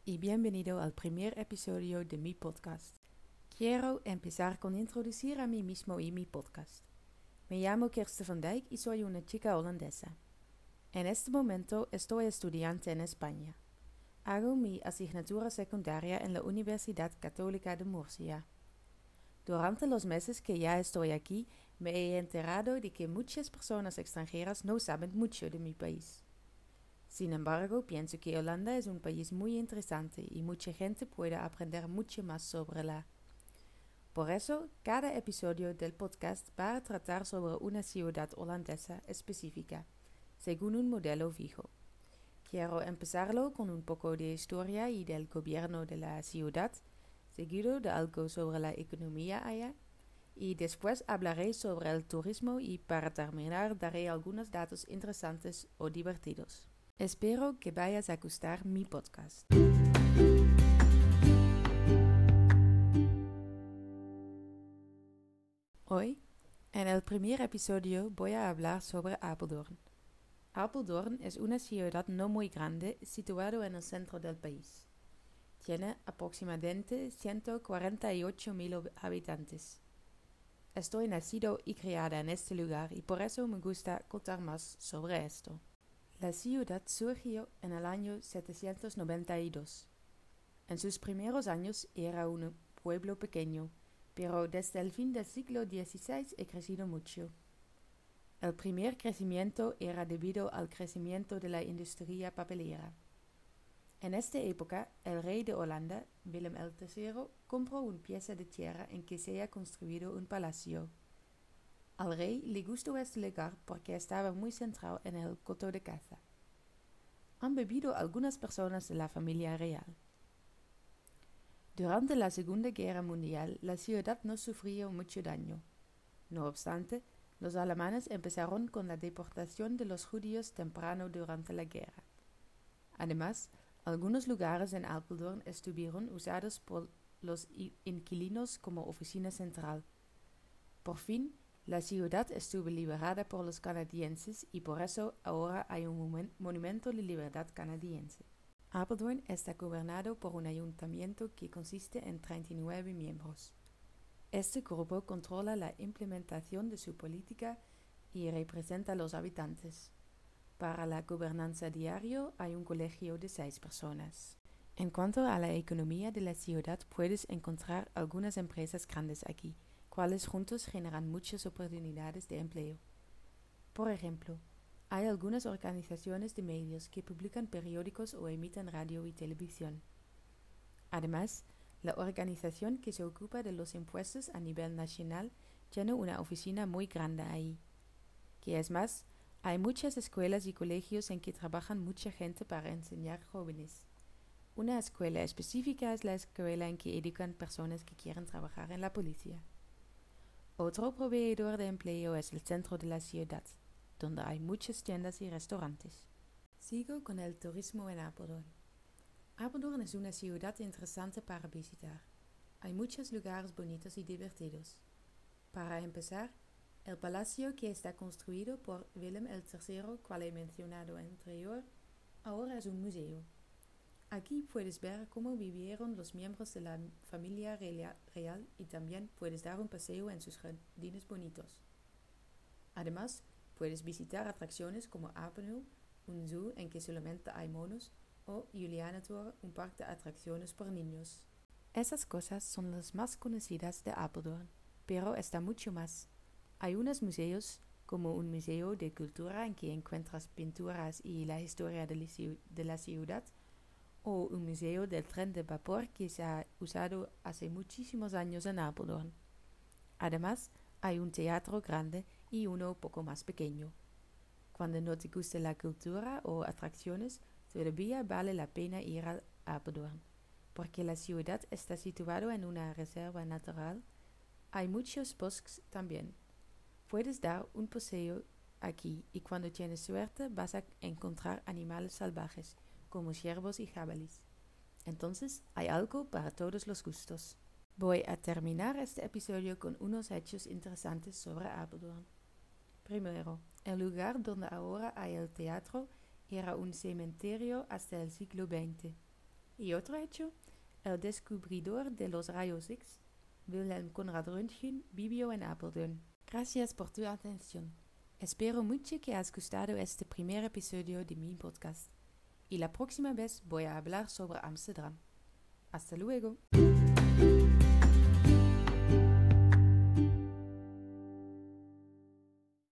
y bienvenido al primer episodio de mi podcast. Quiero empezar con introducir a mí mismo y mi podcast. Me llamo Kirsten van Dijk y soy una chica holandesa. En este momento estoy estudiante en España. Hago mi asignatura secundaria en la Universidad Católica de Murcia. Durante los meses que ya estoy aquí, me he enterado de que muchas personas extranjeras no saben mucho de mi país. Sin embargo, pienso que Holanda es un país muy interesante y mucha gente puede aprender mucho más sobre la. Por eso, cada episodio del podcast va a tratar sobre una ciudad holandesa específica, según un modelo fijo. Quiero empezarlo con un poco de historia y del gobierno de la ciudad, seguido de algo sobre la economía allá, y después hablaré sobre el turismo y para terminar daré algunos datos interesantes o divertidos. Espero que vayas a gustar mi podcast. Hoy, en el primer episodio, voy a hablar sobre Apeldoorn. Apeldoorn es una ciudad no muy grande situada en el centro del país. Tiene aproximadamente 148.000 habitantes. Estoy nacido y criada en este lugar y por eso me gusta contar más sobre esto. La ciudad surgió en el año 792. En sus primeros años era un pueblo pequeño, pero desde el fin del siglo XVI ha crecido mucho. El primer crecimiento era debido al crecimiento de la industria papelera. En esta época, el rey de Holanda, Willem III, compró una pieza de tierra en que se ha construido un palacio. Al rey le gustó este lugar porque estaba muy centrado en el coto de caza. Han vivido algunas personas de la familia real. Durante la Segunda Guerra Mundial, la ciudad no sufrió mucho daño. No obstante, los alemanes empezaron con la deportación de los judíos temprano durante la guerra. Además, algunos lugares en Apeldoorn estuvieron usados por los inquilinos como oficina central. Por fin, la ciudad estuvo liberada por los canadienses y por eso ahora hay un monumento de libertad canadiense. Apeldoorn está gobernado por un ayuntamiento que consiste en 39 miembros. Este grupo controla la implementación de su política y representa a los habitantes. Para la gobernanza diaria hay un colegio de 6 personas. En cuanto a la economía de la ciudad, puedes encontrar algunas empresas grandes aquí, cuales juntos generan muchas oportunidades de empleo. Por ejemplo, hay algunas organizaciones de medios que publican periódicos o emiten radio y televisión. Además, la organización que se ocupa de los impuestos a nivel nacional tiene una oficina muy grande ahí. ¿Qué es más? Hay muchas escuelas y colegios en que trabajan mucha gente para enseñar jóvenes. Una escuela específica es la escuela en que educan personas que quieren trabajar en la policía. Otro proveedor de empleo es el centro de la ciudad, donde hay muchas tiendas y restaurantes. Sigo con el turismo en Apeldoorn. Apeldoorn es una ciudad interesante para visitar. Hay muchos lugares bonitos y divertidos. Para empezar, el palacio que está construido por Willem III, cual he mencionado anterior, ahora es un museo. Aquí puedes ver cómo vivieron los miembros de la familia real y también puedes dar un paseo en sus jardines bonitos. Además, puedes visitar atracciones como Apenul, un zoo en que solamente hay monos, o Julianator, un parque de atracciones por niños. Esas cosas son las más conocidas de Apeldoorn, pero está mucho más. Hay unos museos, como un museo de cultura en que encuentras pinturas y la historia de la ciudad, o un museo del tren de vapor que se ha usado hace muchísimos años en Apeldoorn. Además, hay un teatro grande y uno poco más pequeño. Cuando no te guste la cultura o atracciones, todavía vale la pena ir a Apeldoorn, porque la ciudad está situada en una reserva natural. Hay muchos bosques también. Puedes dar un paseo aquí y cuando tienes suerte vas a encontrar animales salvajes, como ciervos y jabalíes. Entonces hay algo para todos los gustos. Voy a terminar este episodio con unos hechos interesantes sobre Apeldoorn. Primero, el lugar donde ahora hay el teatro era un cementerio hasta el siglo XX. Y otro hecho, el descubridor de los rayos X, Wilhelm Conrad Röntgen, vivió en Apeldoorn. Gracias por tu atención. Espero mucho que has gustado este primer episodio de mi podcast. Y la próxima vez voy a hablar sobre Amsterdam. Hasta luego.